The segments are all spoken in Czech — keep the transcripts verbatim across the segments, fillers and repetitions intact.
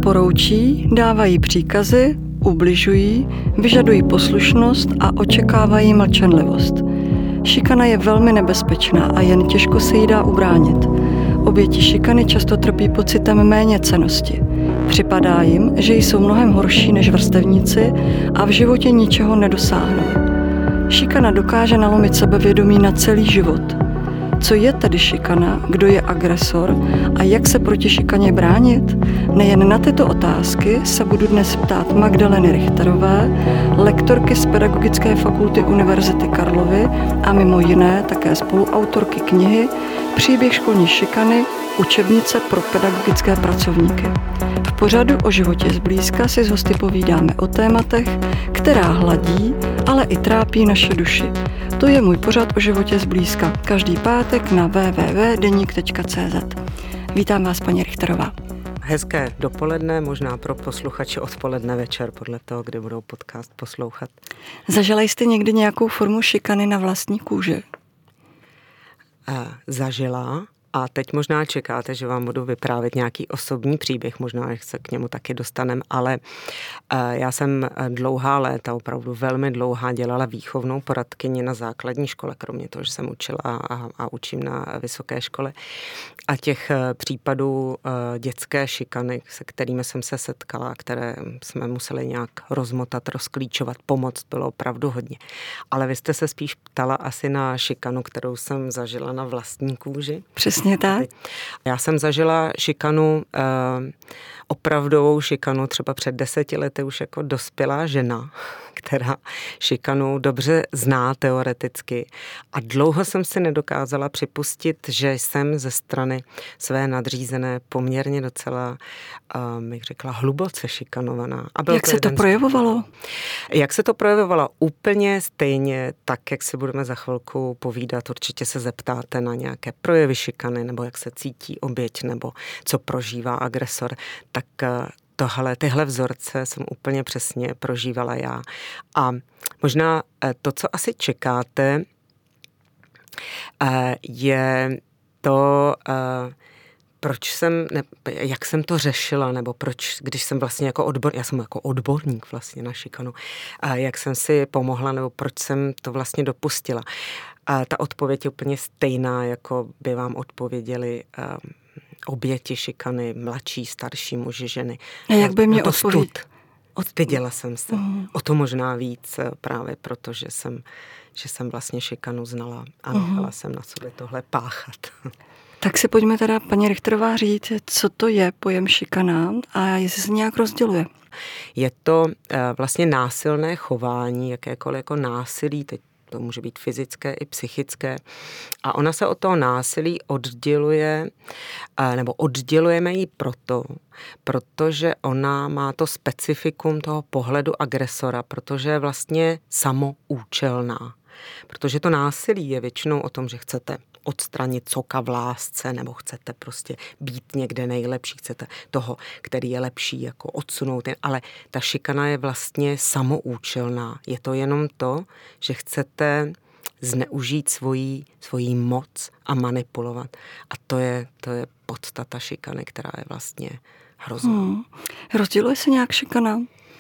poroučí, dávají příkazy, ubližují, vyžadují poslušnost a očekávají mlčenlivost. Šikana je velmi nebezpečná a jen těžko se jí dá ubránit. Oběti šikany často trpí pocitem méněcennosti. Připadá jim, že jsou mnohem horší než vrstevníci a v životě ničeho nedosáhnou. Šikana dokáže nalomit sebevědomí na celý život. Co je tedy šikana, kdo je agresor a jak se proti šikaně bránit? Nejen na tyto otázky se budu dnes ptát Magdaleny Richterové, lektorky z Pedagogické fakulty Univerzity Karlovy a mimo jiné také spoluautorky knihy Příběh školní šikany, učebnice pro pedagogické pracovníky. V pořadu O životě zblízka si s hosty povídáme o tématech, která hladí, ale i trápí naše duši. To je můj pořad O životě zblízka. Každý pátek na w w w tečka denik tečka c z. Vítám vás, paní Richterová. Hezké dopoledne, možná pro posluchače odpoledne večer, podle toho, kdy budou podcast poslouchat. Zažila jste někdy nějakou formu šikany na vlastní kůži? Zažila a teď možná čekáte, že vám budu vyprávět nějaký osobní příběh, možná se k němu taky dostanem, ale já jsem dlouhá léta, opravdu velmi dlouhá, dělala výchovnou poradkyni na základní škole, kromě toho, že jsem učila a, a učím na vysoké škole. A těch případů dětské šikany, se kterými jsem se setkala, které jsme museli nějak rozmotat, rozklíčovat, pomoct, bylo opravdu hodně. Ale vy jste se spíš ptala asi na šikanu, kterou jsem zažila na vlastní kůži. Přesně tak. Já jsem zažila šikanu, opravdovou šikanu, třeba před deseti lety už jako dospělá žena, která šikanu dobře zná teoreticky. A dlouho jsem si nedokázala připustit, že jsem ze strany své nadřízené poměrně docela, bych řekla, hluboce šikanovaná. A jak to se to projevovalo? Jak se to projevovalo? Úplně stejně, tak, jak si budeme za chvilku povídat. Určitě se zeptáte na nějaké projevy šikany, nebo jak se cítí oběť, nebo co prožívá agresor. Tak tohle, tyhle vzorce jsem úplně přesně prožívala já. A možná to, co asi čekáte, je to, proč jsem, ne, jak jsem to řešila, nebo proč, když jsem vlastně jako odborník, já jsem jako odborník vlastně na šikanu, jak jsem si pomohla, nebo proč jsem to vlastně dopustila. A ta odpověď je úplně stejná, jako by vám odpověděli oběti šikany, mladší, starší muži, ženy. A jak by mě odpověděl? Odstyděla jsem se. Uh-huh. O to možná víc právě proto, že jsem, že jsem vlastně šikanu znala a nechala uh-huh. jsem na sobě tohle páchat. Tak si pojďme teda, paní Richterová, říct, co to je pojem šikana a jestli se nějak rozděluje. Je to vlastně násilné chování, jakékoliv jako násilí, teď to může být fyzické i psychické. A ona se od toho násilí odděluje, nebo oddělujeme ji proto, protože ona má to specifikum toho pohledu agresora, protože je vlastně samoúčelná. Protože to násilí je většinou o tom, že chcete odstranit coka v lásce, nebo chcete prostě být někde nejlepší, chcete toho, který je lepší, jako odsunout. Ale ta šikana je vlastně samoúčelná. Je to jenom to, že chcete zneužít svoji, svoji moc a manipulovat. A to je, to je podstata šikany, která je vlastně hrozná. Hmm. Rozděluje se nějak šikana?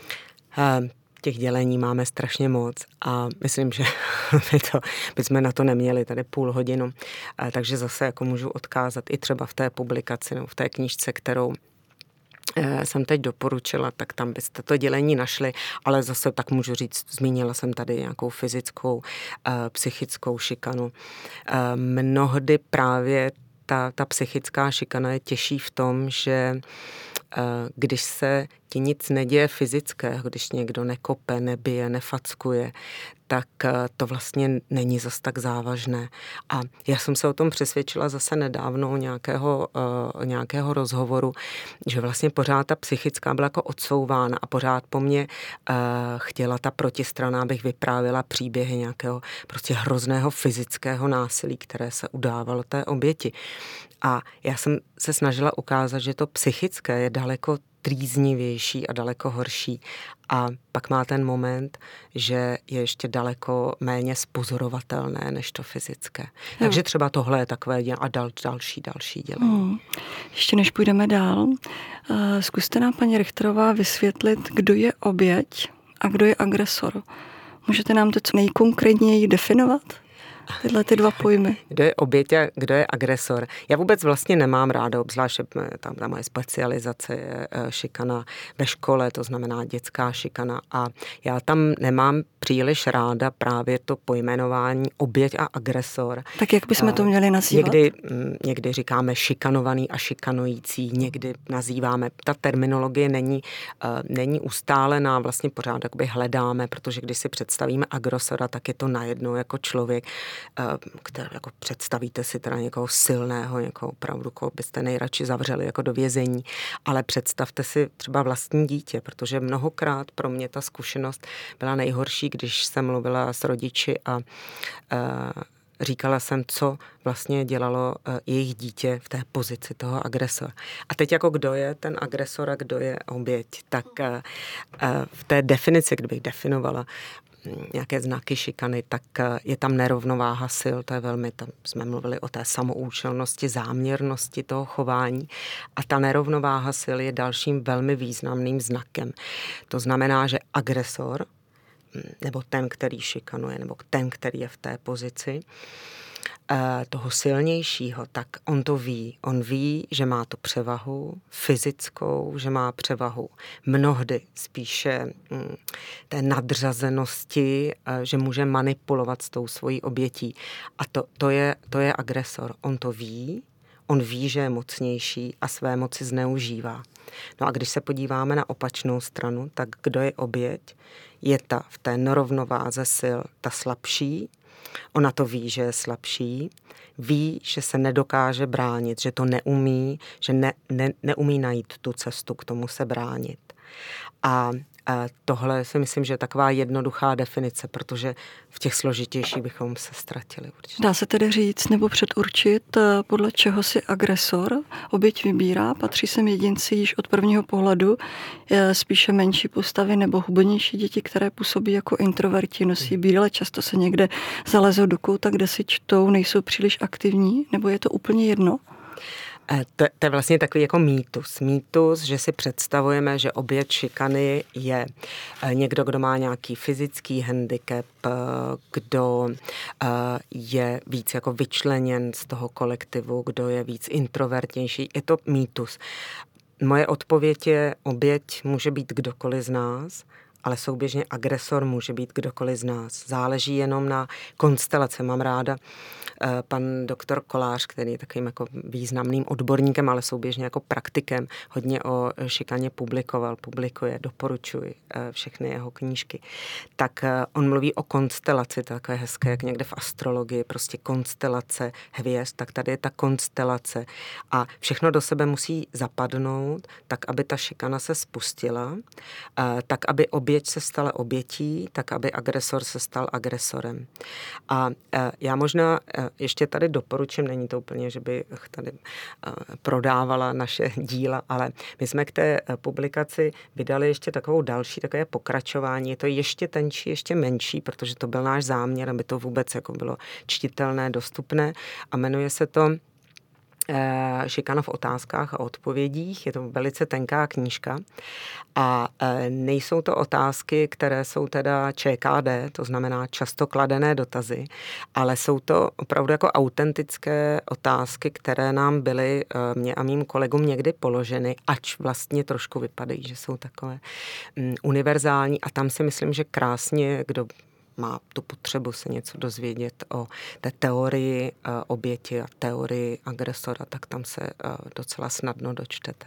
Uh, Těch dělení máme strašně moc a myslím, že my, to, my jsme na to neměli tady půl hodinu. Takže zase jako můžu odkázat i třeba v té publikaci nebo v té knížce, kterou jsem teď doporučila, tak tam byste to dělení našli, ale zase tak můžu říct, zmínila jsem tady nějakou fyzickou, psychickou šikanu. Mnohdy právě ta, ta psychická šikana je těžší v tom, že když se ti nic neděje fyzického, když někdo nekope, nebije, nefackuje, tak to vlastně není zas tak závažné. A já jsem se o tom přesvědčila zase nedávno nějakého, uh, nějakého rozhovoru, že vlastně pořád ta psychická byla jako odsouvána a pořád po mně uh, chtěla ta protistrana, abych vyprávěla příběhy nějakého prostě hrozného fyzického násilí, které se udávalo té oběti. A já jsem se snažila ukázat, že to psychické je daleko trýznivější a daleko horší. A pak má ten moment, že je ještě daleko méně spozorovatelné než to fyzické. Jo. Takže třeba tohle je takové a dal, další, další dělení. Hmm. Ještě než půjdeme dál, Zkuste nám, paní Richterová, vysvětlit, kdo je oběť a kdo je agresor. Můžete nám to co nejkonkrétněji definovat? Tyhle ty dva pojmy. Kdo je oběť a kdo je agresor. Já vůbec vlastně nemám ráda, obzvlášť tam ta moje specializace je šikana ve škole, to znamená dětská šikana a já tam nemám příliš ráda právě to pojmenování oběť a agresor. Tak jak bychom to měli nazývat? Někdy, někdy říkáme šikanovaný a šikanující, někdy nazýváme, ta terminologie není, není ustálená, vlastně pořád jakoby hledáme, protože když si představíme agresora, tak je to najednou jako člověk, který jako představíte si teda někoho silného, někoho opravdu, koho byste nejradši zavřeli jako do vězení, ale představte si třeba vlastní dítě, protože mnohokrát pro mě ta zkušenost byla nejhorší, když jsem mluvila s rodiči a, a říkala jsem, co vlastně dělalo jejich dítě v té pozici toho agresora. A teď jako kdo je ten agresor a kdo je oběť, tak v té definici, kdybych definovala nějaké znaky šikany, tak je tam nerovnováha sil, to je velmi, tam jsme mluvili o té samoučelnosti, záměrnosti toho chování a ta nerovnováha sil je dalším velmi významným znakem. To znamená, že agresor, nebo ten, který šikanuje, nebo ten, který je v té pozici, toho silnějšího, tak on to ví. On ví, že má tu převahu fyzickou, že má převahu mnohdy spíše té nadřazenosti, že může manipulovat s tou svojí obětí. A to, to, je, to je agresor. On to ví, on ví, že je mocnější a své moci zneužívá. No a když se podíváme na opačnou stranu, tak kdo je oběť? Je ta v té nerovnováze sil ta slabší. Ona to ví, že je slabší, ví, že se nedokáže bránit, že to neumí, že ne, ne, neumí najít tu cestu k tomu se bránit. A, a tohle si myslím, že je taková jednoduchá definice, protože v těch složitějších bychom se ztratili určitě. Dá se tedy říct nebo předurčit, podle čeho si agresor oběť vybírá? Patří sem jedinci již od prvního pohledu, spíše menší postavy nebo hubenější děti, které působí jako introverti, nosí brýle, často se někde zalezou do kouta, kde si čtou, nejsou příliš aktivní, nebo je to úplně jedno? To, to je vlastně takový jako mýtus. Mýtus, že si představujeme, že oběť šikany je někdo, kdo má nějaký fyzický handicap, kdo je víc jako vyčleněn z toho kolektivu, kdo je víc introvertnější. Je to mýtus. Moje odpověď je, oběť může být kdokoliv z nás, ale souběžně agresor může být kdokoliv z nás. Záleží jenom na konstelaci. Mám ráda pan doktor Kolář, který je takovým jako významným odborníkem, ale souběžně jako praktikem. Hodně o šikaně publikoval, publikuje, doporučuji všechny jeho knížky. Tak on mluví o konstelaci, to je takové hezké, jak někde v astrologii, prostě konstelace hvězd, tak tady je ta konstelace a všechno do sebe musí zapadnout, tak aby ta šikana se spustila, tak aby oběť se stala obětí, tak aby agresor se stal agresorem. A já možná ještě tady doporučím, není to úplně, že bych tady prodávala naše díla, ale my jsme k té publikaci vydali ještě takovou další, takové pokračování. Je to ještě tenčí, ještě menší, protože to byl náš záměr, aby to vůbec jako bylo čtitelné, dostupné a jmenuje se to Šikana v otázkách a odpovědích. Je to velice tenká knížka a nejsou to otázky, které jsou teda Č K D, to znamená často kladené dotazy, ale jsou to opravdu jako autentické otázky, které nám byly mě a mým kolegům někdy položeny, ač vlastně trošku vypadají, že jsou takové univerzální a tam si myslím, že krásně, kdo má tu potřebu se něco dozvědět o té teorii oběti a teorii agresora, tak tam se docela snadno dočtete.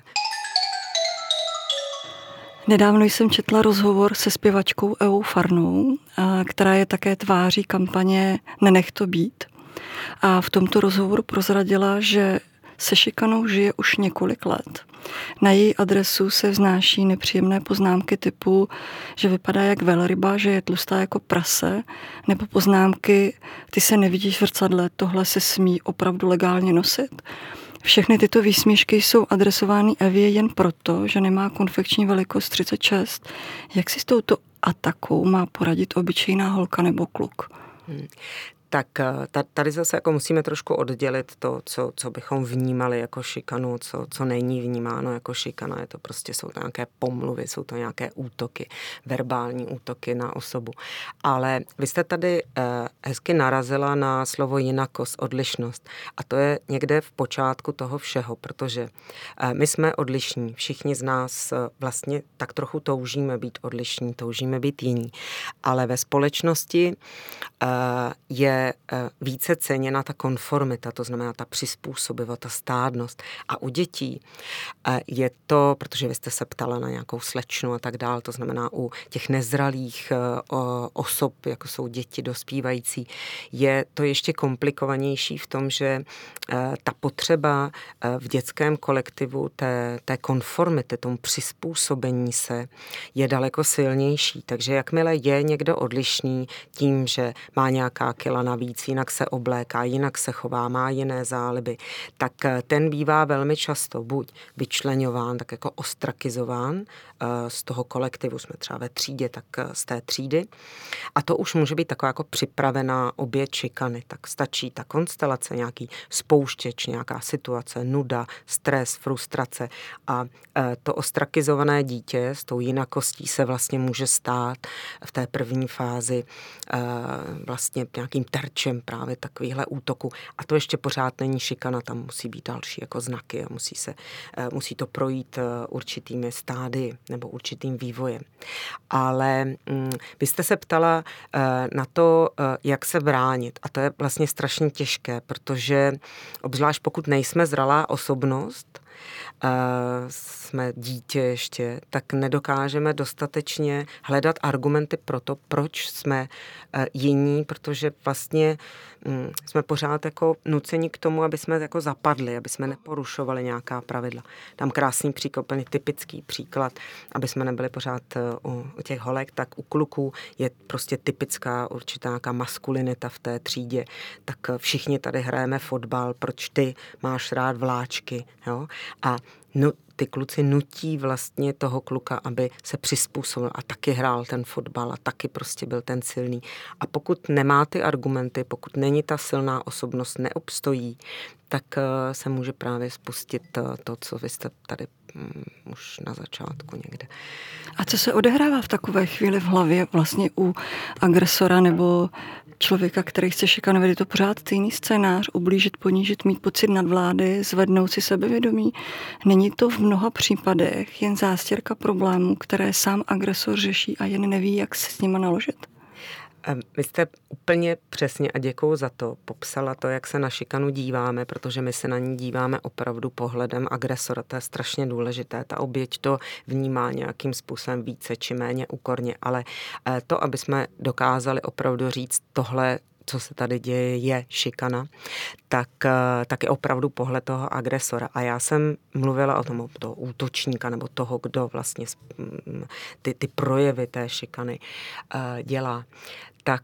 Nedávno jsem četla rozhovor se zpěvačkou Evou Farnou, která je také tváří kampaně Nenech to být. A v tomto rozhovoru prozradila, že se šikanou žije už několik let. Na její adresu se vznáší nepříjemné poznámky typu, že vypadá jak velryba, že je tlustá jako prase, nebo poznámky, ty se nevidíš v zrcadle, tohle se smí opravdu legálně nosit. Všechny tyto výsměšky jsou adresovány Evě jen proto, že nemá konfekční velikost třicet šest. Jak si s touto atakou má poradit obyčejná holka nebo kluk? Hmm. Tak tady zase jako musíme trošku oddělit to, co, co bychom vnímali jako šikanu, co, co není vnímáno jako šikana. Je to prostě, jsou to nějaké pomluvy, jsou to nějaké útoky, verbální útoky na osobu. Ale vy jste tady eh, hezky narazila na slovo jinakost, odlišnost. A to je někde v počátku toho všeho, protože eh, my jsme odlišní. Všichni z nás eh, vlastně tak trochu toužíme být odlišní, toužíme být jiní. Ale ve společnosti eh, je více ceněna ta konformita, to znamená ta přizpůsobivost, ta stádnost. A u dětí je to, protože vy jste se ptala na nějakou slečnu a tak dál, to znamená u těch nezralých osob, jako jsou děti dospívající, je to ještě komplikovanější v tom, že ta potřeba v dětském kolektivu té, té konformity, tomu přizpůsobení se, je daleko silnější. Takže jakmile je někdo odlišný tím, že má nějaká kila navíc, jinak se obléká, jinak se chová, má jiné záliby, tak ten bývá velmi často buď vyčleňován, tak jako ostrakizován z toho kolektivu, jsme třeba ve třídě, tak z té třídy. A to už může být taková jako připravená oběť šikany. Tak stačí ta konstelace, nějaký spouštěč, nějaká situace, nuda, stres, frustrace a to ostrakizované dítě s tou jinakostí se vlastně může stát v té první fázi vlastně nějakým terčem právě takovýchhle útoku. A to ještě pořád není šikana, tam musí být další jako znaky a musí, se, musí to projít určitými stádii nebo určitým vývojem. Ale mm, vy jste se ptala na to, jak se bránit. A to je vlastně strašně těžké, protože obzvlášť pokud nejsme zralá osobnost, jsme dítě ještě, tak nedokážeme dostatečně hledat argumenty pro to, proč jsme jiní, protože vlastně jsme pořád jako nuceni k tomu, aby jsme jako zapadli, aby jsme neporušovali nějaká pravidla. Dám krásný příklad, úplně typický příklad, aby jsme nebyli pořád u, u těch holek, tak u kluků je prostě typická určitá nějaká maskulinita v té třídě. Tak všichni tady hrajeme fotbal, proč ty máš rád vláčky, jo? A no, ty kluci nutí vlastně toho kluka, aby se přizpůsobil a taky hrál ten fotbal a taky prostě byl ten silný. A pokud nemá ty argumenty, pokud není ta silná osobnost, neobstojí, tak se může právě spustit to, co vy jste tady um, už na začátku někde. A co se odehrává v takové chvíli v hlavě vlastně u agresora nebo člověka, který chce šikanovat? Je to pořád stejný scénář, ublížit, ponížit, mít pocit nadvlády, zvednout si sebevědomí? Není to v mnoha případech jen zástěrka problémů, které sám agresor řeší a jen neví, jak se s nima naložit? Vy jste úplně přesně, a děkuju za to, popsala to, jak se na šikanu díváme, protože my se na ní díváme opravdu pohledem agresora. To je strašně důležité. Ta oběť to vnímá nějakým způsobem více či méně úkorně, ale to, aby jsme dokázali opravdu říct tohle, co se tady děje, je šikana, tak, tak je opravdu pohled toho agresora. A já jsem mluvila o tom, toho útočníka nebo toho, kdo vlastně ty, ty projevy té šikany dělá. Tak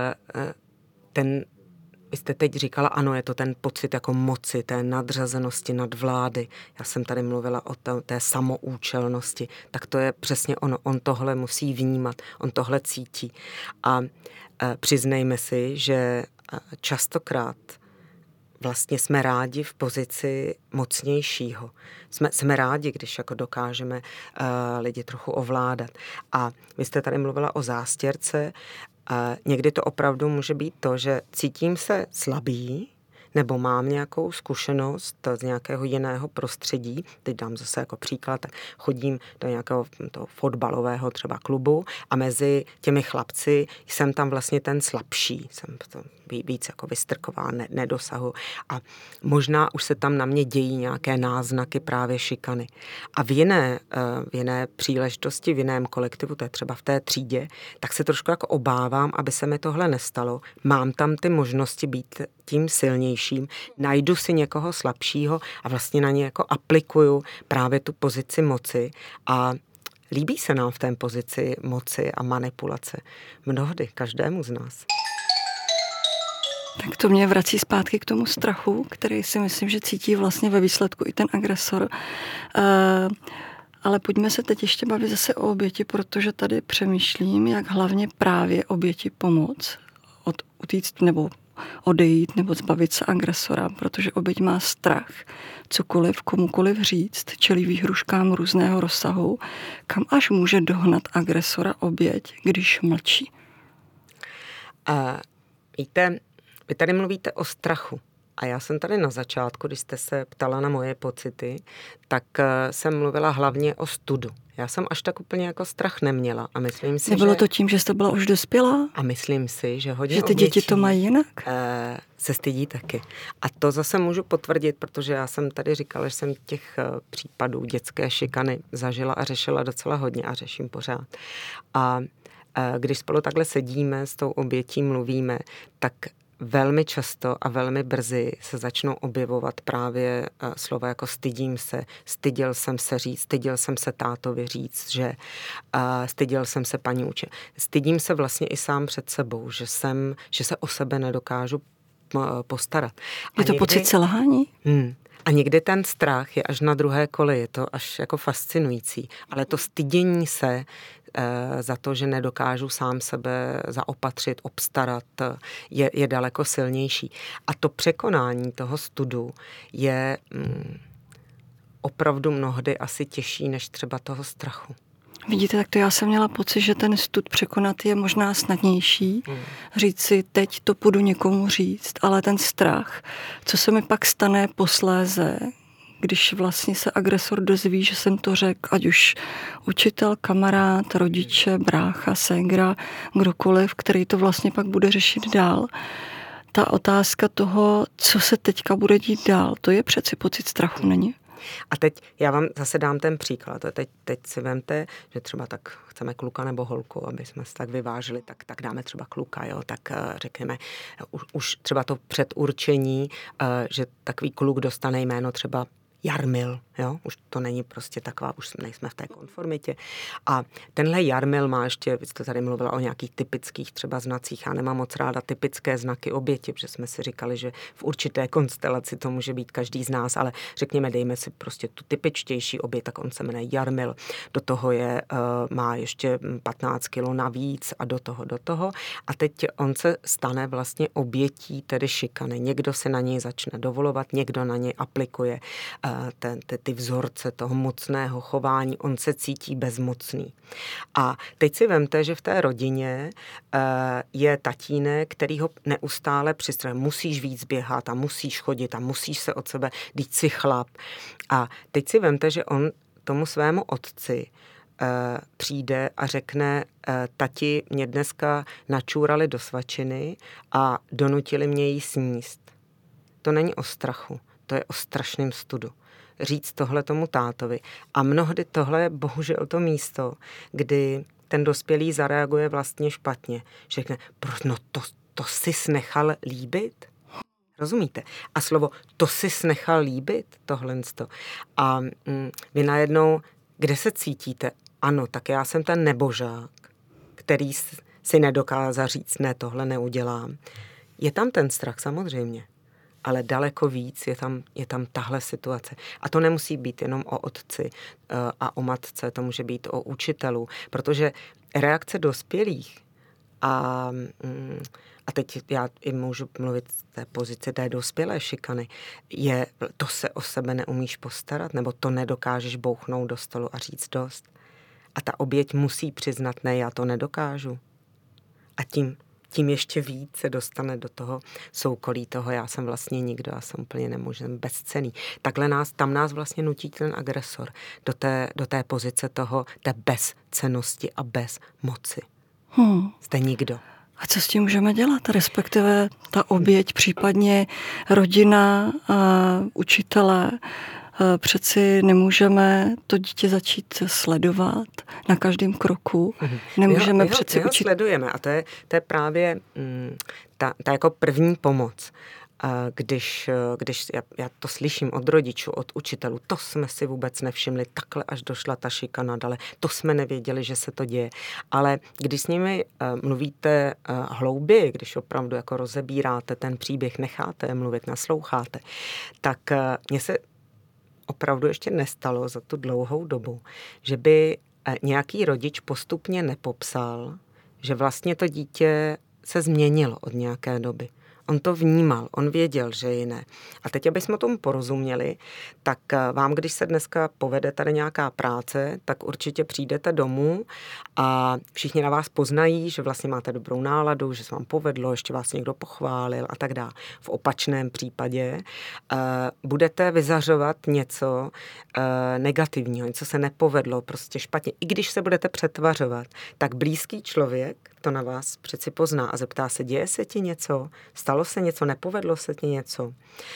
ten, vy jste teď říkala, ano, je to ten pocit jako moci, té nadřazenosti, nadvlády. Já jsem tady mluvila o té, té samoučelnosti. Tak to je přesně ono. On tohle musí vnímat, on tohle cítí. A přiznejme si, že častokrát vlastně jsme rádi v pozici mocnějšího. Jsme, jsme rádi, když jako dokážeme uh, lidi trochu ovládat. A vy jste tady mluvila o zástěrce. Uh, někdy to opravdu může být to, že cítím se slabý, nebo mám nějakou zkušenost z nějakého jiného prostředí, teď dám zase jako příklad, tak chodím do nějakého toho fotbalového třeba klubu a mezi těmi chlapci jsem tam vlastně ten slabší, jsem to víc jako vystrková, ne, nedosahu a možná už se tam na mě dějí nějaké náznaky právě šikany. A v jiné, v jiné příležitosti, v jiném kolektivu, to je třeba v té třídě, tak se trošku jako obávám, aby se mi tohle nestalo. Mám tam ty možnosti být tím silnějším, najdu si někoho slabšího a vlastně na ně jako aplikuju právě tu pozici moci a líbí se nám v té pozici moci a manipulace. Mnohdy, každému z nás. Tak to mě vrací zpátky k tomu strachu, který si myslím, že cítí vlastně ve výsledku i ten agresor. Uh, ale pojďme se teď ještě bavit zase o oběti, protože tady přemýšlím, jak hlavně právě oběti pomoct od, utíct nebo odejít nebo zbavit se agresora, protože oběť má strach cokoliv, komukoliv říct, čelí výhruškám různého rozsahu, kam až může dohnat agresora oběť, když mlčí. A víte, vy tady mluvíte o strachu. A já jsem tady na začátku, když jste se ptala na moje pocity, tak jsem mluvila hlavně o studu. Já jsem až tak úplně jako strach neměla a myslím si, Nebylo že... to tím, že jste byla už dospělá? A myslím si, že hodně Že ty děti to mají jinak? Eh, se stydí taky. A to zase můžu potvrdit, protože já jsem tady říkala, že jsem těch případů dětské šikany zažila a řešila docela hodně a řeším pořád. A když spolu takhle sedíme, s tou obětí mluvíme, tak velmi často a velmi brzy se začnou objevovat právě slova jako stydím se, styděl jsem se říct, styděl jsem se tátovi říct, že uh, styděl jsem se paní uče. Stydím se vlastně i sám před sebou, že jsem, že se o sebe nedokážu postarat. Je to někdy, pocit selhání? Hmm. A někdy ten strach je až na druhé kole, je to až jako fascinující. Ale to stydění se e, za to, že nedokážu sám sebe zaopatřit, obstarat, je, je daleko silnější. A to překonání toho studu je mm, opravdu mnohdy asi těžší než třeba toho strachu. Vidíte, tak to já jsem měla pocit, že ten stud překonat je možná snadnější. Hmm. Říct si, teď to půjdu někomu říct, ale ten strach, co se mi pak stane posléze, když vlastně se agresor dozví, že jsem to řekl, ať už učitel, kamarád, rodiče, brácha, ségra, kdokoliv, který to vlastně pak bude řešit dál. Ta otázka toho, co se teďka bude dít dál, to je přeci pocit strachu, není? A teď já vám zase dám ten příklad. Teď, teď si vemte, že třeba tak chceme kluka nebo holku, aby jsme se tak vyvážili, tak, tak dáme třeba kluka, jo, tak řekněme, už, už třeba to předurčení, že takový kluk dostane jméno třeba Jarmil, jo, už to není prostě taková, už nejsme v té konformitě. A tenhle Jarmil má ještě, vy jste tady mluvila o nějakých typických třeba znacích, já nemám moc ráda typické znaky oběti, protože jsme si říkali, že v určité konstelaci to může být každý z nás, ale řekněme, dejme si prostě tu typičtější oběť, tak on se jmenuje Jarmil, do toho je, má ještě patnáct kilo navíc a do toho, do toho a teď on se stane vlastně obětí tedy šikany. Někdo se na něj začne dovolovat, někdo na něj aplikuje Ten, ty, ty vzorce toho mocného chování, on se cítí bezmocný. A teď si vemte, že v té rodině uh, je tatínek, který ho neustále přistrahuje. Musíš víc běhat a musíš chodit a musíš se od sebe, dít si chlap. A teď si vemte, že on tomu svému otci uh, přijde a řekne, uh, tati, mě dneska načůrali do svačiny a donutili mě jí sníst. To není o strachu. To je o strašném studu. Říct tohle tomu tátovi. A mnohdy tohle je bohužel to místo, kdy ten dospělý zareaguje vlastně špatně. Řekne, no to, to jsi nechal líbit? Rozumíte? A slovo to jsi nechal líbit? Tohle. A mm, vy najednou, kde se cítíte? Ano, tak já jsem ten nebožák, který si nedokázal říct, ne, tohle neudělám. Je tam ten strach samozřejmě. Ale daleko víc je tam, je tam tahle situace. A to nemusí být jenom o otci a o matce, to může být o učitelů, protože reakce dospělých a, a teď já i můžu mluvit z té pozice té dospělé šikany, je to se o sebe neumíš postarat, nebo to nedokážeš bouchnout do stolu a říct dost. A ta oběť musí přiznat, ne, já to nedokážu. A tím tím ještě víc se dostane do toho soukolí toho, já jsem vlastně nikdo, já jsem úplně nemožný, bezcenný. Takhle nás, tam nás vlastně nutí ten agresor do té, do té pozice toho, té bezcennosti a bezmoci. Hmm. Jste nikdo. A co s tím můžeme dělat? Respektive ta oběť, případně rodina, učitelé, přeci nemůžeme to dítě začít sledovat na každém kroku. Nemůžeme my ho, přeci my ho učit. sledujeme a to je, to je právě mm, ta, ta jako první pomoc. Když, když já, já to slyším od rodičů, od učitelů, to jsme si vůbec nevšimli, takhle až došla ta šikana, ale to jsme nevěděli, že se to děje. Ale když s nimi uh, mluvíte uh, hlouběji, když opravdu jako rozebíráte ten příběh, necháte mluvit, nasloucháte, tak uh, mně se opravdu ještě nestalo za tu dlouhou dobu, že by nějaký rodič postupně nepopsal, že vlastně to dítě se změnilo od nějaké doby. on to vnímal, on věděl, že je jiné. A teď, abychom tomu porozuměli, tak vám, když se dneska povede tady nějaká práce, tak určitě přijdete domů a všichni na vás poznají, že vlastně máte dobrou náladu, že se vám povedlo, ještě vás někdo pochválil a tak dále. V opačném případě uh, budete vyzařovat něco uh, negativního, něco se nepovedlo, prostě špatně. I když se budete přetvařovat, tak blízký člověk to na vás přeci pozná a zeptá se, děje se ti něco, stalo se něco, nepovedlo se ti něco.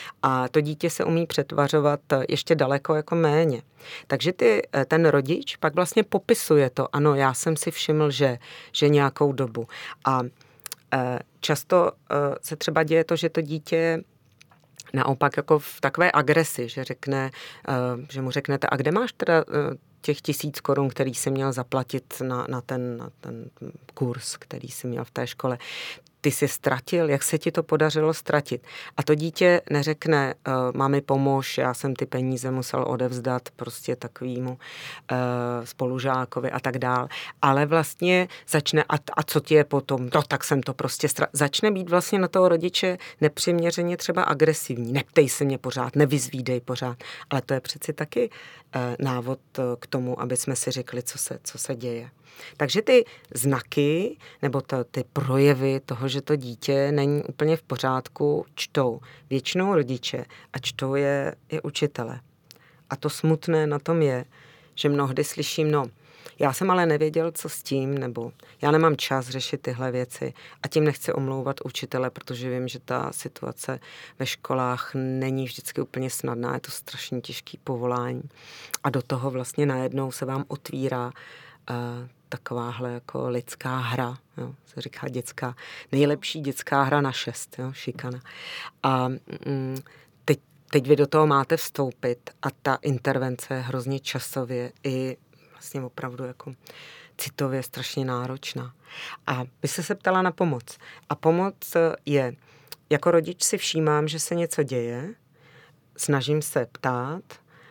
A to dítě se umí přetvařovat ještě daleko jako méně. Takže ty, ten rodič pak vlastně popisuje to, ano, já jsem si všiml, že, že nějakou dobu. A e, často e, se třeba děje to, že to dítě naopak jako v takové agresi, že řekne, e, že mu řeknete, a kde máš teda e, těch tisíc korun, který jsi měl zaplatit na, na, ten, na ten kurz, který jsi měl v té škole. Ty jsi ztratil, jak se ti to podařilo ztratit. A to dítě neřekne, uh, mami pomůž, já jsem ty peníze musel odevzdat prostě takovýmu uh, spolužákovi a tak dál. Ale vlastně začne, a, a co ti je potom? No tak jsem to prostě ztratil. Začne být vlastně na toho rodiče nepřiměřeně třeba agresivní. Neptej se mě pořád, nevyzvídej pořád. Ale to je přeci taky uh, návod k tomu, aby jsme si řekli, co se, co se děje. Takže ty znaky nebo to, ty projevy toho, že to dítě není úplně v pořádku, čtou většinou rodiče a čtou je i učitele. A to smutné na tom je, že mnohdy slyším, no, já jsem ale nevěděl, co s tím, nebo já nemám čas řešit tyhle věci a tím nechci omlouvat učitele, protože vím, že ta situace ve školách není vždycky úplně snadná, je to strašně těžký povolání. A do toho vlastně najednou se vám otvírá uh, takováhle jako lidská hra, jo, se říká dětská, nejlepší dětská hra na šest, jo, šikana. A mm, teď, teď vy do toho máte vstoupit a ta intervence je hrozně časově i vlastně opravdu jako citově strašně náročná. A vy jste se ptala na pomoc. A pomoc je, jako rodič si všímám, že se něco děje, snažím se ptát,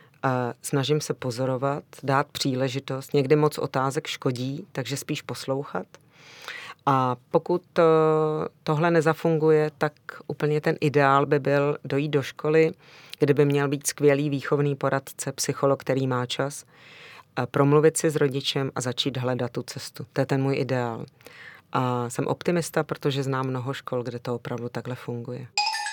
snažím se pozorovat, dát příležitost. Někdy moc otázek škodí, takže spíš poslouchat. A pokud to, tohle nezafunguje, tak úplně ten ideál by byl dojít do školy, kde by měl být skvělý výchovný poradce, psycholog, který má čas, promluvit si s rodičem a začít hledat tu cestu. To je ten můj ideál. A jsem optimista, protože znám mnoho škol, kde to opravdu takhle funguje.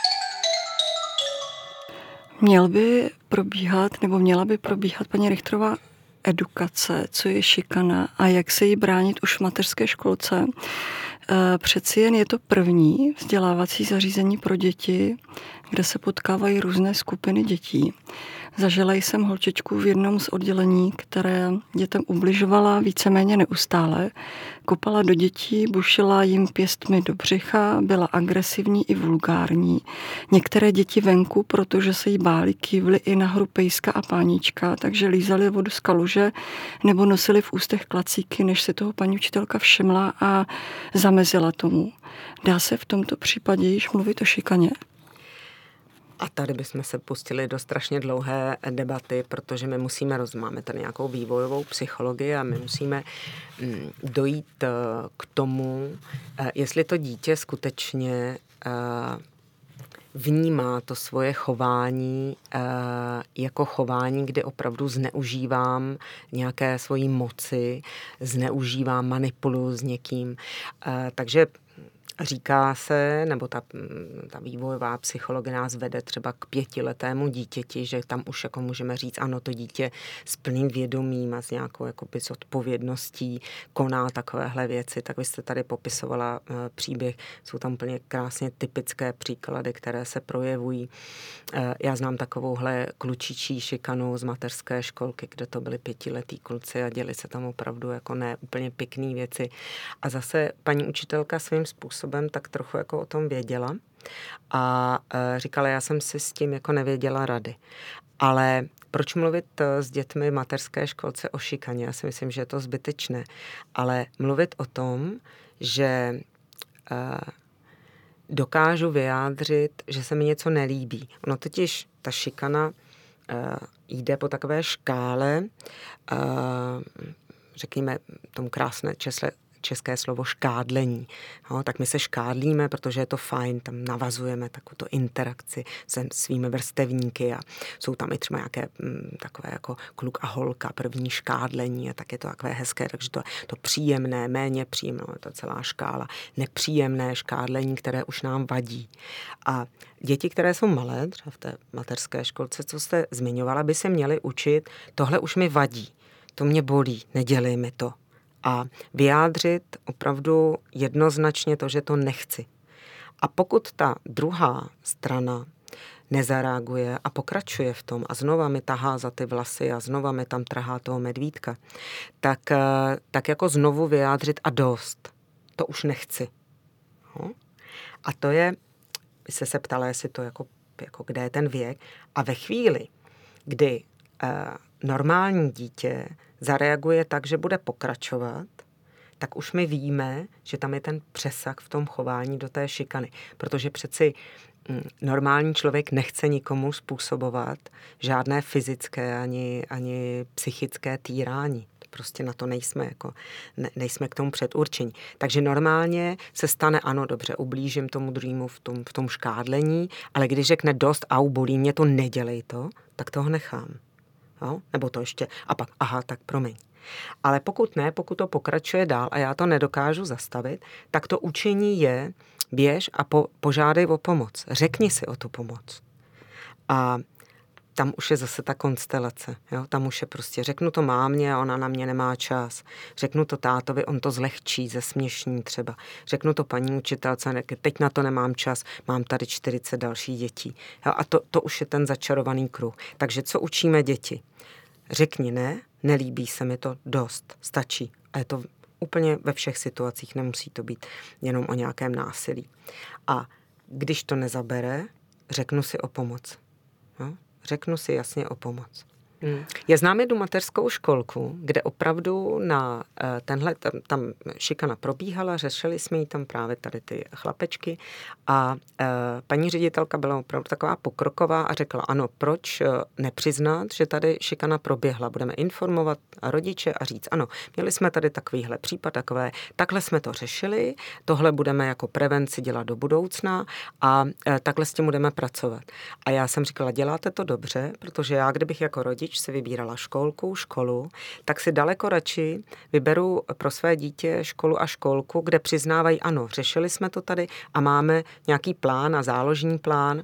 Měl by probíhat, nebo měla by probíhat, paní Richterová, edukace, co je šikana a jak se jí bránit už v mateřské školce. Přeci jen je to první vzdělávací zařízení pro děti, kde se potkávají různé skupiny dětí. Zažila jsem holčičku v jednom z oddělení, které dětem ubližovala víceméně neustále. Kopala do dětí, bušila jim pěstmi do břicha, byla agresivní i vulgární. Některé děti venku, protože se jí báli, kývly i na hru pejska a pánička, takže lízali vodu z kaluže nebo nosili v ústech klacíky, než se toho paní učitelka všimla a zamezila tomu. Dá se v tomto případě již mluvit o šikaně? A tady bychom se pustili do strašně dlouhé debaty, protože my musíme roz... máme tady nějakou vývojovou psychologii a my musíme dojít k tomu, jestli to dítě skutečně vnímá to svoje chování jako chování, kdy opravdu zneužívám nějaké svojí moci, zneužívám, manipuluji s někým. Takže říká se, nebo ta, ta vývojová psychologie nás vede třeba k pětiletému dítěti, že tam už jako můžeme říct, ano, to dítě s plným vědomím a s nějakou jakoby s odpovědností koná takovéhle věci. Tak vy jste tady popisovala uh, příběh, jsou tam úplně krásně typické příklady, které se projevují. Uh, já znám takovouhle klučičí šikanu z mateřské školky, kde to byly pětiletí kluci a děli se tam opravdu jako ne úplně pěkný věci. A zase paní učitelka svým způsobem tak trochu jako o tom věděla a e, říkala, já jsem si s tím jako nevěděla rady. Ale proč mluvit s dětmi v mateřské školce o šikaně? Já si myslím, že je to zbytečné. Ale mluvit o tom, že e, dokážu vyjádřit, že se mi něco nelíbí. Ono totiž, ta šikana e, jde po takové škále, e, řekněme tomu krásné česle, české slovo škádlení. No, tak my se škádlíme, protože je to fajn, tam navazujeme takovou interakci se svými vrstevníky a jsou tam i třeba nějaké m, takové jako kluk a holka, první škádlení a tak je to takové hezké, takže to, to příjemné, méně příjemné, je to celá škála, nepříjemné škádlení, které už nám vadí. A děti, které jsou malé, třeba v té mateřské školce, co jste zmiňovala, by se měly učit, tohle už mi vadí, to mě bolí, nedělej mi to. A vyjádřit opravdu jednoznačně to, že to nechci. A pokud ta druhá strana nezareaguje a pokračuje v tom a znova mi tahá za ty vlasy a znova mi tam trhá toho medvídka, tak, tak jako znovu vyjádřit a dost. To už nechci. No? A to je, vy jste se ptala, jestli to jako, jako kde je ten věk. A ve chvíli, kdy eh, normální dítě zareaguje tak, že bude pokračovat, tak už my víme, že tam je ten přesah v tom chování do té šikany. Protože přeci normální člověk nechce nikomu způsobovat žádné fyzické ani, ani psychické týrání. Prostě na to nejsme, jako, ne, nejsme k tomu předurčení. Takže normálně se stane, ano, dobře, ublížím tomu druhému v tom, v tom škádlení, ale když řekne dost, au, bolí mě to, nedělej to, tak toho nechám. Jo? Nebo to ještě, a pak, aha, tak promiň. Ale pokud ne, pokud to pokračuje dál a já to nedokážu zastavit, tak to učení je, běž a po, požádej o pomoc. Řekni si o tu pomoc. A tam už je zase ta konstelace. Jo? Tam už je prostě, řeknu to mámě a ona na mě nemá čas. Řeknu to tátovi, on to zlehčí, zesměšní třeba. Řeknu to paní učitelce, teď na to nemám čas, mám tady čtyřicet dalších dětí. Jo? A to, to už je ten začarovaný kruh. Takže co učíme děti? Řekni ne, nelíbí se mi to, dost, stačí. A je to úplně ve všech situacích, nemusí to být jenom o nějakém násilí. A když to nezabere, řeknu si o pomoc. Jo? Řeknu si jasně o pomoc. Hmm. Já znám jednu mateřskou školku, kde opravdu na tenhle, tam, tam šikana probíhala, řešili jsme jí tam právě tady ty chlapečky a e, paní ředitelka byla opravdu taková pokroková a řekla, ano, proč nepřiznat, že tady šikana proběhla. Budeme informovat rodiče a říct, ano, měli jsme tady takovýhle případ, takové, takhle jsme to řešili, tohle budeme jako prevenci dělat do budoucna a e, takhle s tím budeme pracovat. A já jsem říkala, děláte to dobře, protože já, kdybych jako rodič si vybírala školku, školu, tak si daleko radši vyberu pro své dítě školu a školku, kde přiznávají, ano, řešili jsme to tady a máme nějaký plán a záložní plán,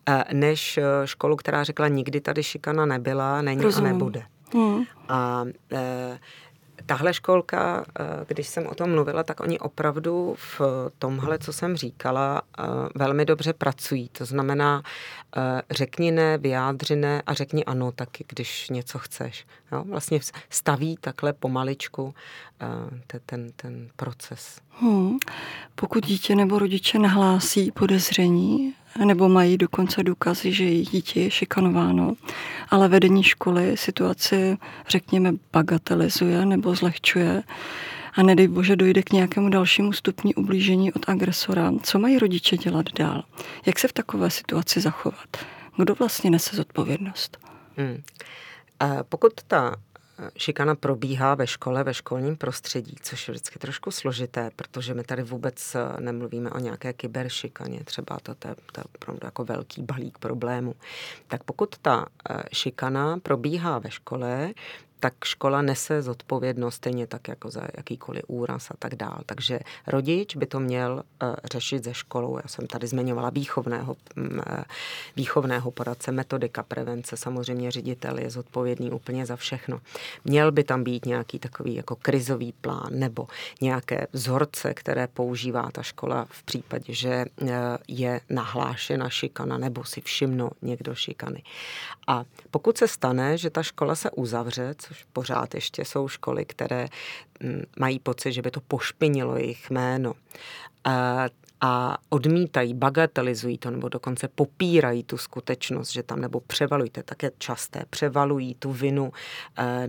než školu, která řekla, nikdy tady šikana nebyla, není Rozumím. A nebude. Hmm. A e, tahle školka, když jsem o tom mluvila, tak oni opravdu v tomhle, co jsem říkala, velmi dobře pracují. To znamená, řekni ne, vyjádři ne a řekni ano taky, když něco chceš. Jo? Vlastně staví takhle pomaličku ten, ten, ten proces. Hmm. Pokud dítě nebo rodiče nahlásí podezření, nebo mají dokonce důkazy, že jejich dítě je šikanováno, ale vedení školy situaci, řekněme, bagatelizuje nebo zlehčuje a nedej bože dojde k nějakému dalšímu stupni ublížení od agresora. Co mají rodiče dělat dál? Jak se v takové situaci zachovat? Kdo vlastně nese zodpovědnost? Hmm. Pokud ta šikana probíhá ve škole, ve školním prostředí, což je vždycky trošku složité, protože my tady vůbec nemluvíme o nějaké kyberšikaně, třeba to, to, to je opravdu jako velký balík problémů. Tak pokud ta šikana probíhá ve škole, tak škola nese zodpovědnost stejně tak jako za jakýkoliv úraz a tak dál. Takže rodič by to měl uh, řešit se školou. Já jsem tady zmiňovala výchovného, um, výchovného poradce, metodika prevence. Samozřejmě ředitel je zodpovědný úplně za všechno. Měl by tam být nějaký takový jako krizový plán nebo nějaké vzorce, které používá ta škola v případě, že uh, je nahlášena šikana nebo si všimne někdo šikany. A pokud se stane, že ta škola se uzavře, což pořád ještě jsou školy, které mají pocit, že by to pošpinilo jejich jméno a, a odmítají, bagatelizují to nebo dokonce popírají tu skutečnost, že tam nebo převalují, to je také časté, převalují tu vinu na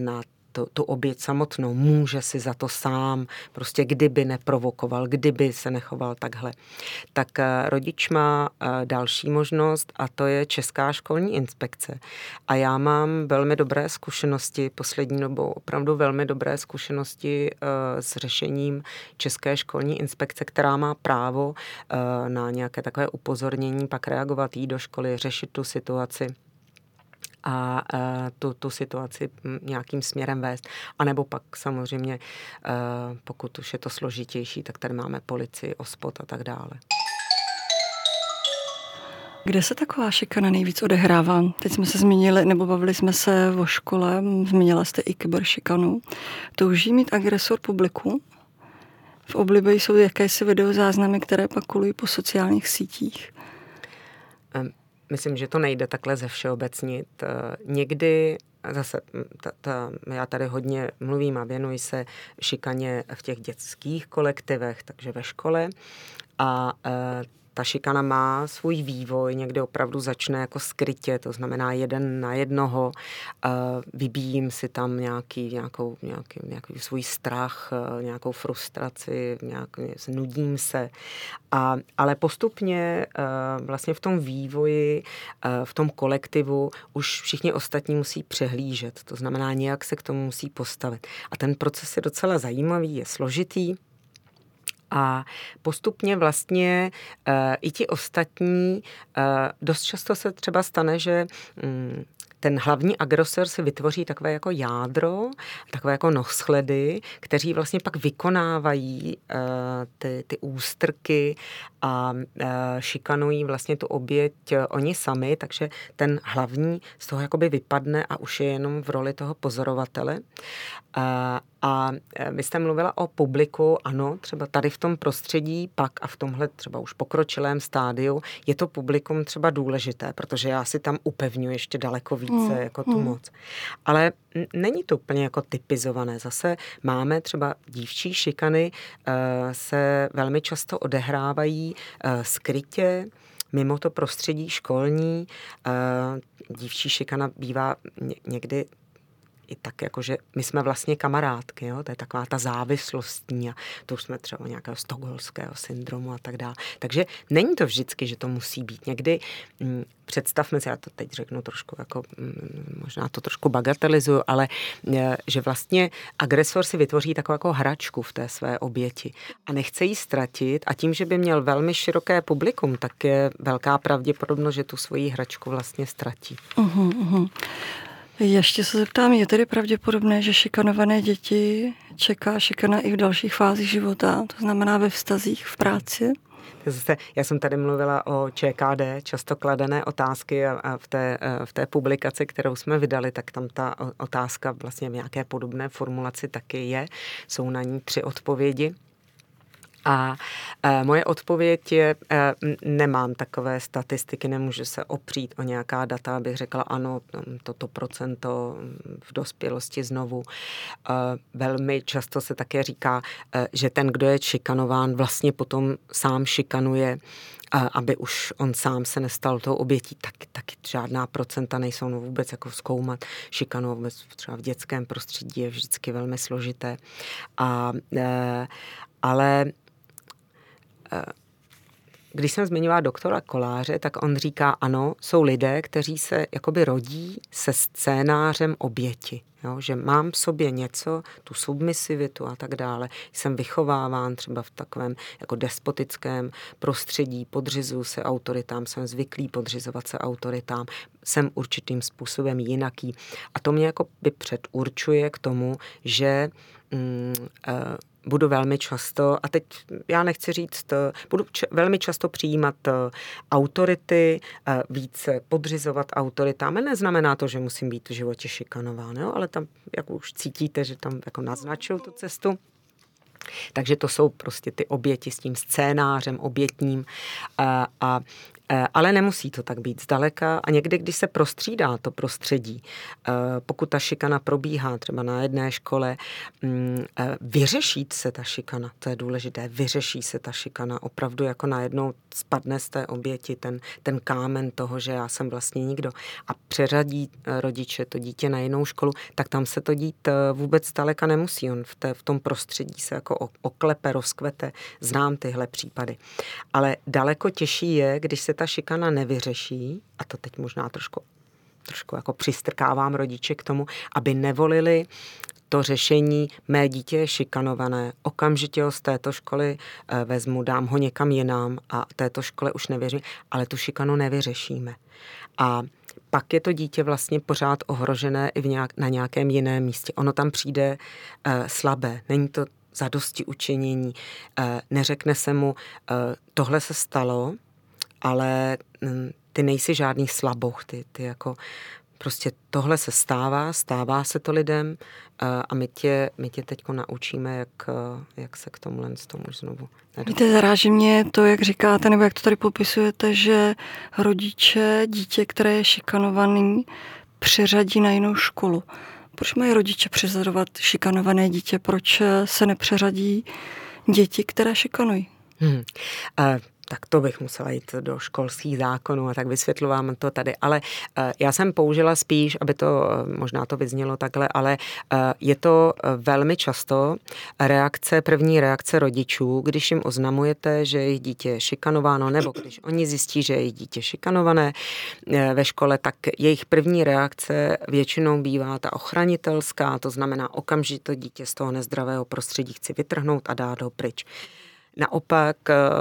tu, tu oběť samotnou, může si za to sám, prostě kdyby neprovokoval, kdyby se nechoval takhle. Tak rodič má další možnost a to je Česká školní inspekce. A já mám velmi dobré zkušenosti, poslední dobou opravdu velmi dobré zkušenosti s řešením České školní inspekce, která má právo na nějaké takové upozornění, pak reagovat, jít do školy, řešit tu situaci a tu, tu situaci nějakým směrem vést. A nebo pak samozřejmě, pokud už je to složitější, tak tady máme policii, OSPOD a tak dále. Kde se taková šikana nejvíc odehrává? Teď jsme se zmínili, nebo bavili jsme se o škole, zmínila jste i kyberšikanu. Touží mít agresor publiku? V oblibě jsou jakési videozáznamy, které pak kolují po sociálních sítích. Myslím, že to nejde takhle ze všeobecnit. Někdy zase, ta, ta, já tady hodně mluvím a věnuji se šikaně v těch dětských kolektivech, takže ve škole. A ta šikana má svůj vývoj, někdy opravdu začne jako skrytě, to znamená jeden na jednoho, vybíjím si tam nějaký, nějakou, nějaký, nějaký svůj strach, nějakou frustraci, nějak, nudím se. A, ale postupně vlastně v tom vývoji, v tom kolektivu už všichni ostatní musí přehlížet, to znamená nějak se k tomu musí postavit. A ten proces je docela zajímavý, je složitý. A postupně vlastně e, i ti ostatní, e, dost často se třeba stane, že mm, ten hlavní agresor si vytvoří takové jako jádro, takové jako nohsledy, kteří vlastně pak vykonávají e, ty, ty ústrky a e, šikanují vlastně tu oběť oni sami, takže ten hlavní z toho jakoby vypadne a už je jenom v roli toho pozorovatele. E, A vy jste mluvila o publiku, ano, třeba tady v tom prostředí, pak a v tomhle třeba už pokročilém stádiu je to publikum třeba důležité, protože já si tam upevňuji ještě daleko více mm, jako tu mm. moc. Ale není to úplně jako typizované. Zase máme třeba dívčí šikany, se velmi často odehrávají skrytě, mimo to prostředí školní. Dívčí šikana bývá někdy i tak, jakože my jsme vlastně kamarádky, jo? To je taková ta závislostní a to už jsme třeba nějakého stockholmského syndromu a tak dále. Takže není to vždycky, že to musí být. Někdy hm, představme si, já to teď řeknu trošku, jako, hm, možná to trošku bagatelizuju, ale hm, že vlastně agresor si vytvoří takovou jako hračku v té své oběti a nechce ji ztratit a tím, že by měl velmi široké publikum, tak je velká pravděpodobnost, že tu svoji hračku vlastně ztratí. Uhum, uhum. Ještě se zeptám, je tedy pravděpodobné, že šikanované děti čeká šikana i v dalších fázích života, to znamená ve vztazích, v práci? Zase, já jsem tady mluvila o ČKD, často kladené otázky a v té, v té publikaci, kterou jsme vydali, tak tam ta otázka vlastně v nějaké podobné formulaci taky je. Jsou na ní tři odpovědi. A e, moje odpověď je, e, nemám takové statistiky, nemůžu se opřít o nějaká data, abych řekla ano, toto procento v dospělosti znovu. E, velmi často se také říká, e, že ten, kdo je šikanován, vlastně potom sám šikanuje, a aby už on sám se nestal tou obětí, tak, tak žádná procenta nejsou no vůbec jako zkoumat. Šikanu vůbec třeba v dětském prostředí je vždycky velmi složité. A, e, ale když jsem zmiňovala doktora Koláře, tak on říká, ano, jsou lidé, kteří se jakoby rodí se scénářem oběti. Jo, že mám v sobě něco, tu submisivitu a tak dále. Jsem vychováván třeba v takovém jako despotickém prostředí, podřizuju se autoritám, jsem zvyklý podřizovat se autoritám, jsem určitým způsobem jinaký. A to mě jako by předurčuje k tomu, že mm, uh, budu velmi často, a teď já nechci říct, budu č- velmi často přijímat autority, více podřizovat autoritám. Neznamená to, že musím být v životě šikanován, jo? Ale tam, jak už cítíte, že tam jako naznačuju tu cestu. Takže to jsou prostě ty oběti s tím scénářem obětním a, a Ale nemusí to tak být zdaleka a někdy, když se prostřídá to prostředí, pokud ta šikana probíhá třeba na jedné škole, vyřeší se ta šikana, to je důležité, vyřeší se ta šikana, opravdu jako najednou spadne z té oběti ten, ten kámen toho, že já jsem vlastně nikdo a přeřadí rodiče to dítě na jinou školu, tak tam se to dít vůbec zdaleka nemusí, on v, té, v tom prostředí se jako oklepe, rozkvete, znám tyhle případy. Ale daleko těžší je, když se ta šikana nevyřeší, a to teď možná trošku, trošku jako přistrkávám rodiče k tomu, aby nevolili to řešení, mé dítě je šikanované, okamžitě ho z této školy vezmu, dám ho někam jinam a této škole už nevěřím, ale tu šikanu nevyřešíme. A pak je to dítě vlastně pořád ohrožené i v nějak, na nějakém jiném místě. Ono tam přijde uh, slabé, není to zadosti učinění, uh, neřekne se mu, uh, tohle se stalo, ale um, ty nejsi žádný slaboch, ty, ty jako prostě tohle se stává, stává se to lidem a my tě, my tě teďko naučíme, jak, jak se k tomuhle z tomu znovu nedostat. Víte, zaráží mě to, jak říkáte, nebo jak to tady popisujete, že rodiče dítě, které je šikanovaný, přeřadí na jinou školu. Proč mají rodiče přeřazovat šikanované dítě? Proč se nepřeřadí děti, které šikanují? Hmm. Uh, tak to bych musela jít do školských zákonů a tak vysvětlovám to tady. Ale uh, já jsem použila spíš, aby to, uh, možná to vyznělo takhle, ale uh, je to velmi často reakce, první reakce rodičů, když jim oznamujete, že jejich dítě je šikanováno, nebo když oni zjistí, že jejich dítě šikanované uh, ve škole, tak jejich první reakce většinou bývá ta ochranitelská, to znamená okamžitě dítě z toho nezdravého prostředí chci vytrhnout a dát ho pryč. Naopak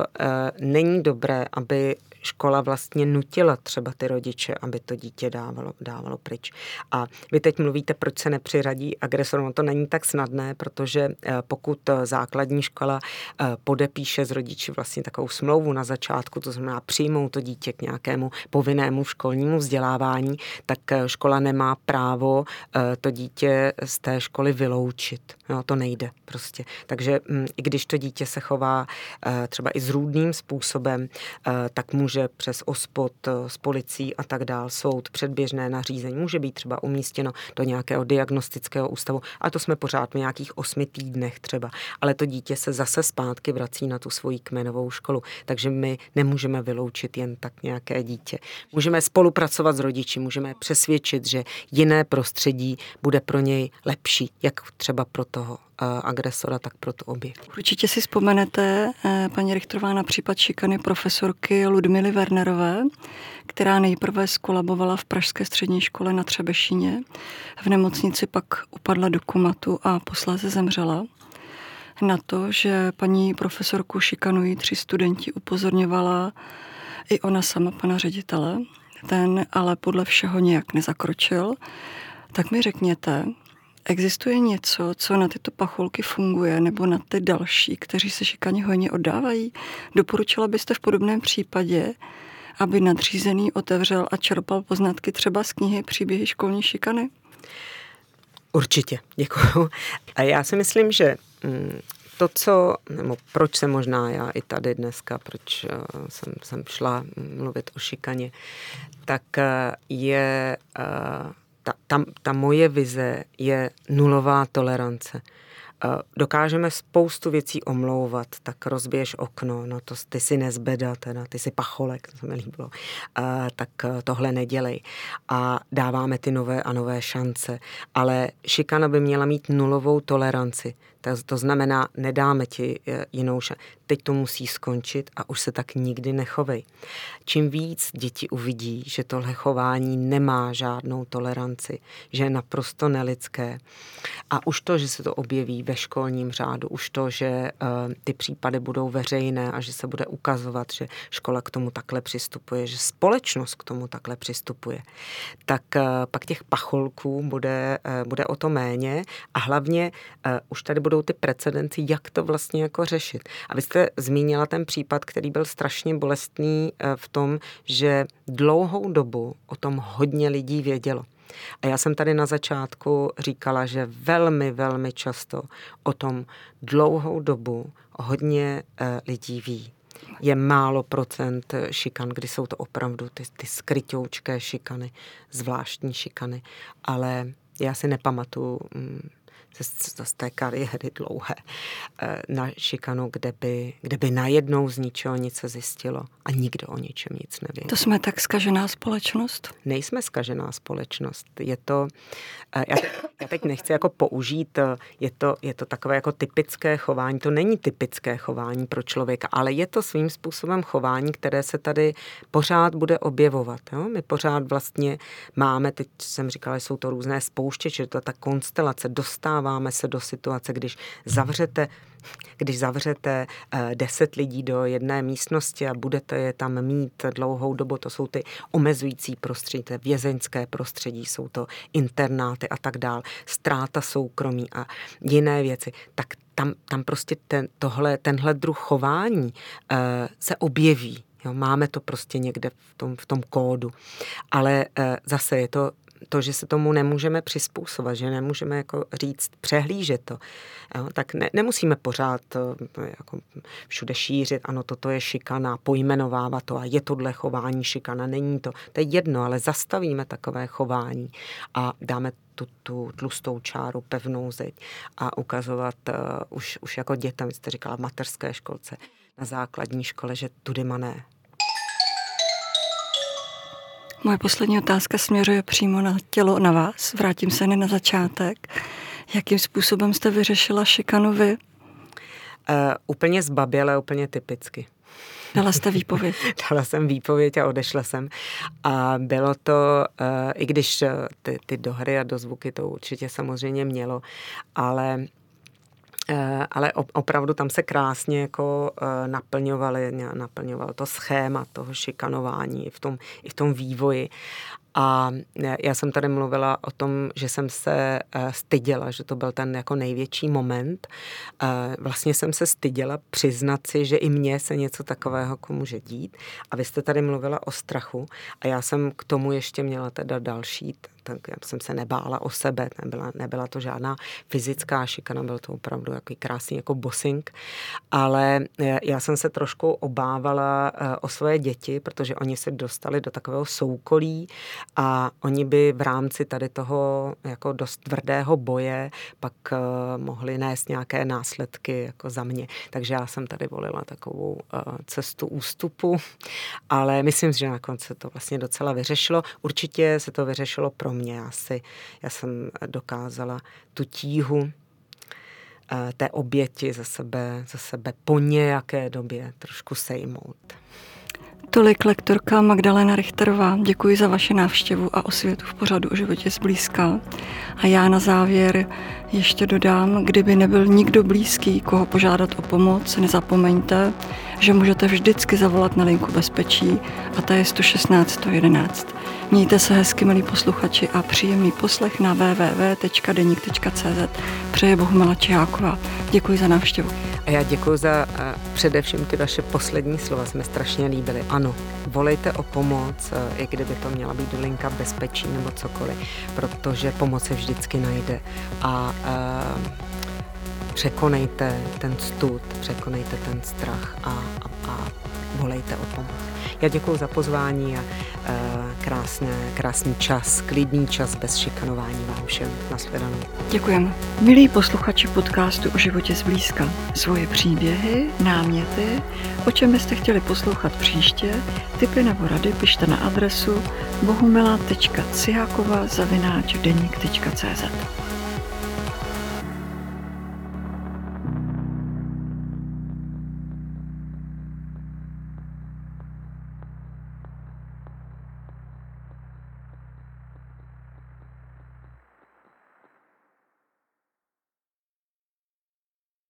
není dobré, aby škola vlastně nutila třeba ty rodiče, aby to dítě dávalo, dávalo pryč. A vy teď mluvíte, proč se nepřiradí agresor. No to není tak snadné, protože pokud základní škola podepíše s rodiči vlastně takovou smlouvu na začátku, to znamená přijmou to dítě k nějakému povinnému školnímu vzdělávání, tak škola nemá právo to dítě z té školy vyloučit. No, to nejde prostě. Takže i když to dítě se chová třeba i zrůdným způsobem, tak může přes OSPOD s policií a tak dál, soud, předběžné nařízení, může být třeba umístěno do nějakého diagnostického ústavu, a to jsme pořád v nějakých osmi týdnech třeba, ale to dítě se zase zpátky vrací na tu svoji kmenovou školu, takže my nemůžeme vyloučit jen tak nějaké dítě. Můžeme spolupracovat s rodiči, můžeme přesvědčit, že jiné prostředí bude pro něj lepší, jak třeba pro toho agresora, tak pro tu oběť. Určitě si vzpomenete, paní Richterová, na případ šikany profesorky Ludmily Wernerové, která nejprve skolabovala v pražské střední škole na Třebešíně. V nemocnici pak upadla do komatu a posléze zemřela. Na to, že paní profesorku šikanují tři studenti, upozorňovala i ona sama pana ředitele. Ten ale podle všeho nějak nezakročil. Tak mi řekněte, existuje něco, co na tyto pacholky funguje, nebo na ty další, kteří se šikaně hojně oddávají? Doporučila byste v podobném případě, aby nadřízený otevřel a čerpal poznatky třeba z knihy Příběhy školní šikany? Určitě, děkuju. A já si myslím, že to, co, nebo proč se možná já i tady dneska, proč jsem, jsem šla mluvit o šikaně, tak je... Ta, ta, ta moje vize je nulová tolerance. Dokážeme spoustu věcí omlouvat, tak rozbiješ okno, no to ty si nezbeda, teda, ty si pacholek, to se mi líbilo, a, tak tohle nedělej. A dáváme ty nové a nové šance. Ale šikana by měla mít nulovou toleranci. To, to znamená, nedáme ti jinou šanci. Teď to musí skončit a už se tak nikdy nechovej. Čím víc děti uvidí, že tohle chování nemá žádnou toleranci, že je naprosto nelidské, a už to, že se to objeví ve školním řádu, už to, že uh, ty případy budou veřejné a že se bude ukazovat, že škola k tomu takhle přistupuje, že společnost k tomu takhle přistupuje, tak uh, pak těch pacholků bude, uh, bude o to méně a hlavně uh, už tady budou ty precedenci, jak to vlastně jako řešit. A vy jste zmínila ten případ, který byl strašně bolestný uh, v tom, že dlouhou dobu o tom hodně lidí vědělo. A já jsem tady na začátku říkala, že velmi, velmi často o tom dlouhou dobu hodně uh, lidí ví. Je málo procent šikan, kdy jsou to opravdu ty, ty skryťoučké šikany, zvláštní šikany, ale já si nepamatuju z, z té kariéry dlouhé na šikanu, kde by, kde by najednou z ničeho nic se zjistilo a nikdo o ničem nic neví. To jsme tak zkažená společnost? Nejsme zkažená společnost. Je to, já, já teď nechci jako použít, je to, je to takové jako typické chování, to není typické chování pro člověka, ale je to svým způsobem chování, které se tady pořád bude objevovat. Jo? My pořád vlastně máme, teď jsem říkala, jsou to různé spouštěče, to je ta konstelace, dostáváme se do situace, když zavřete Když zavřete deset lidí do jedné místnosti a budete je tam mít dlouhou dobu, to jsou ty omezující prostředí, to je vězeňské prostředí, jsou to internáty a tak dál, ztráta soukromí a jiné věci, tak tam, tam prostě ten, tohle, tenhle druh chování uh, se objeví. Jo? Máme to prostě někde v tom, v tom kódu. Ale uh, zase je to to, že se tomu nemůžeme přizpůsobit, že nemůžeme jako říct, přehlížet to, jo, tak ne, nemusíme pořád jako všude šířit, ano, toto je šikana, pojmenovávat to a je tohle chování šikana, není to, to je jedno, ale zastavíme takové chování a dáme tu, tu tlustou čáru, pevnou zeď a ukazovat uh, už, už jako dětem, jste říkala v mateřské školce, na základní škole, že tudyma ne. Moje poslední otázka směřuje přímo na tělo, na vás. Vrátím se na začátek. Jakým způsobem jste vyřešila šikanu vy? Uh, úplně zbaběle, úplně typicky. Dala jste výpověď? Dala jsem výpověď a odešla jsem. A bylo to, uh, i když ty, ty dohry a dozvuky to určitě samozřejmě mělo, ale ale opravdu tam se krásně jako naplňovaly, naplňovalo to schéma toho šikanování i v tom, i v tom vývoji. A já jsem tady mluvila o tom, že jsem se styděla, že to byl ten jako největší moment. Vlastně jsem se styděla přiznat si, že i mně se něco takového jako může dít. A vy jste tady mluvila o strachu a já jsem k tomu ještě měla teda další, tak já jsem se nebála o sebe, nebyla, nebyla to žádná fyzická šikana, byl to opravdu jaký krásný jako bossing, ale já jsem se trošku obávala o své děti, protože oni se dostali do takového soukolí a oni by v rámci tady toho jako dost tvrdého boje pak uh, mohli nést nějaké následky jako za mě. Takže já jsem tady volila takovou uh, cestu ústupu, ale myslím, že nakonec se to vlastně docela vyřešilo. Určitě se to vyřešilo pro mě. Já, si, já jsem dokázala tu tíhu uh, té oběti za sebe, za sebe po nějaké době trošku sejmout. Tolik lektorka Magdalena Richterová. Děkuji za vaši návštěvu a osvětu v pořadu O životě zblízka. A já na závěr ještě dodám, kdyby nebyl nikdo blízký, koho požádat o pomoc, nezapomeňte, že můžete vždycky zavolat na linku bezpečí a ta je sto šestnáct sto jedenáct. Mějte se hezky, milí posluchači, a příjemný poslech na w w w tečka deník tečka c z. Přeje Bohumila Čiháková. Děkuji za návštěvu. A já děkuji za uh, především ty vaše poslední slova, jsme strašně líbily. Ano, volejte o pomoc, uh, i kdyby to měla být linka bezpečí nebo cokoliv, protože pomoc se vždycky najde. A uh, překonejte ten stud, překonejte ten strach a, a, a volejte o pomoc. Já děkuji za pozvání a uh, krásné, krásný čas, klidný čas bez šikanování vám všem. Nashledanou. Děkujeme. Milí posluchači podcastu O životě zblízka, svoje příběhy, náměty, o čem byste chtěli poslouchat příště, tipy nebo rady pište na adresu bohumila tečka ciháková zavináč deník tečka cé zet.